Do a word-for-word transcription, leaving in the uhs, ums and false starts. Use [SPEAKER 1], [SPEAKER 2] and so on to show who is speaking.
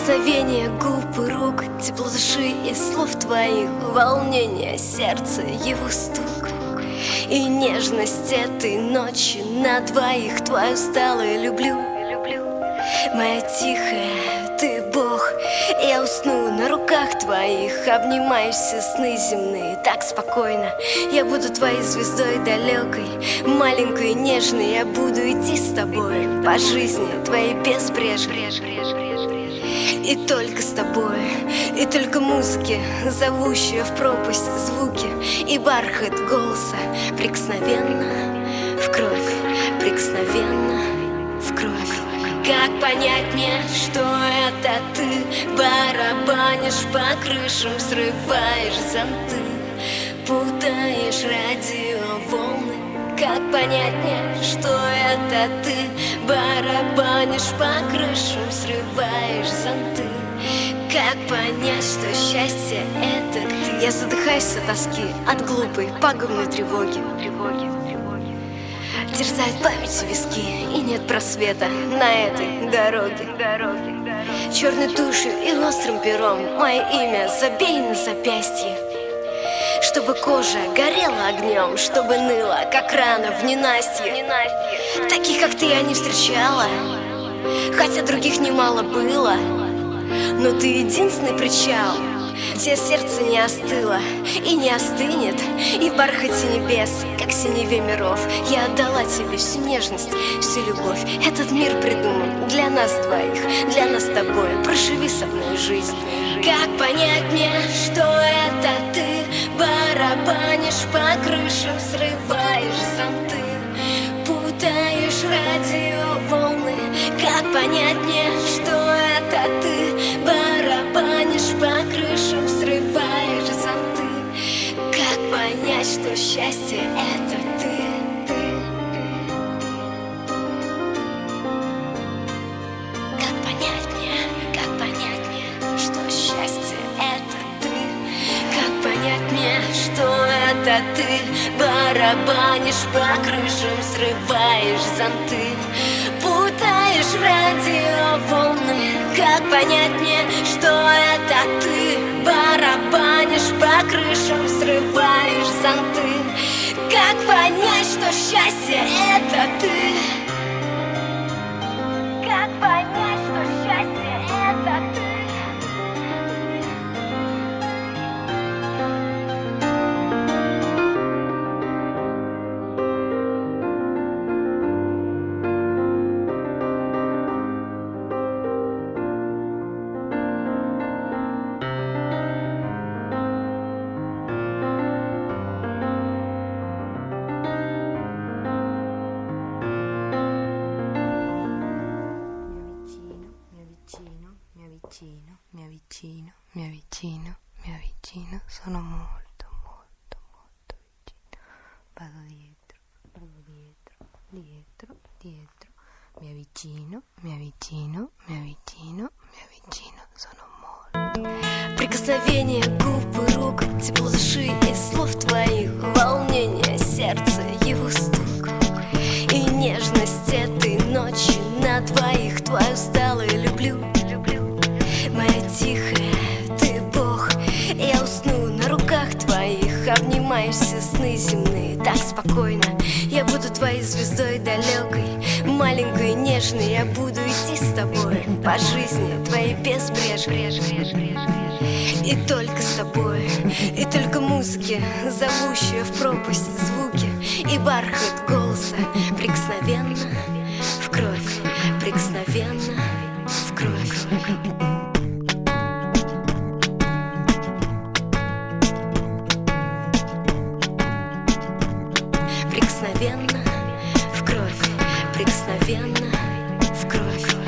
[SPEAKER 1] Прикосновение губ и рук, тепло души и слов твоих, волнение сердца, его стук и нежность этой ночи на двоих. Твою усталую люблю, моя тихая, ты Бог. Я усну на руках твоих, обнимаешь все сны земные так спокойно. Я буду твоей звездой далекой, маленькой и нежной. Я буду идти с тобой по жизни твоей безбрежной. И только с тобой, и только музыки, зовущие в пропасть звуки, и бархат голоса прикосновенно в кровь, прикосновенно в кровь. Как понять мне, что это ты? Барабанишь по крышам, срываешь зонты, путаешь радиоволны. Как понять мне, что это ты? Барабанишь по крышам, срываешь зонты. Как понять, что счастье это ты? Я задыхаюсь от тоски, от глупой, пагубной тревоги. Терзает память виски, и нет просвета на этой дороге. Черной тушью и острым пером мое имя забей на запястье, чтобы кожа горела огнем, чтобы ныла, как рана в ненастье. Таких, как ты, я не встречала, хотя других немало было, но ты единственный причал, где сердце не остыло и не остынет. И в бархате небес, как синеве миров, я отдала тебе всю нежность, всю любовь. Этот мир придуман для нас двоих, для нас с тобой. Проживи со мной жизнь. Как понять мне, что это ты? Барабанишь по крышам, срываешь зонты, путаешь радиоволны. Как понять мне, что это ты? Барабанишь по крышам, срываешь зонты. Как понять, что счастье это ты? Как понять мне, как понять мне, что счастье это ты? Как понять мне, что это ты? Барабанишь по крышам, срываешь зонты, путаешь радиоволны. Как понять мне, что это ты? Барабанишь по крышам, срываешь зонты. Как понять, что счастье это ты? Как понять, что счастье это ты?
[SPEAKER 2] Mi avvicino, mi avvicino, mi avvicino, sono molto, molto, molto vicino. Vado dietro, vado dietro, dietro, dietro. Mi avvicino, mi avvicino, mi avvicino, mi avvicino, sono molto.
[SPEAKER 1] Прикосновение губ и рук, тепло души и слов твоих, волнение сердца, его стук и нежность этой ночи на двоих. Твою усталую люблю, моя тихая, ты Бог. Я усну на руках твоих, обнимаешь все сны земные так спокойно. Я буду твоей звездой далекой, маленькой и нежной. Я буду идти с тобой по жизни твоей безбрежной. И только с тобой, и только музыки, зовущие в пропасть звуки, и бархат голоса прикосновенно в кровь, прикосновенно в кровь. Прикосновенно в кровь, прикосновенно в кровь.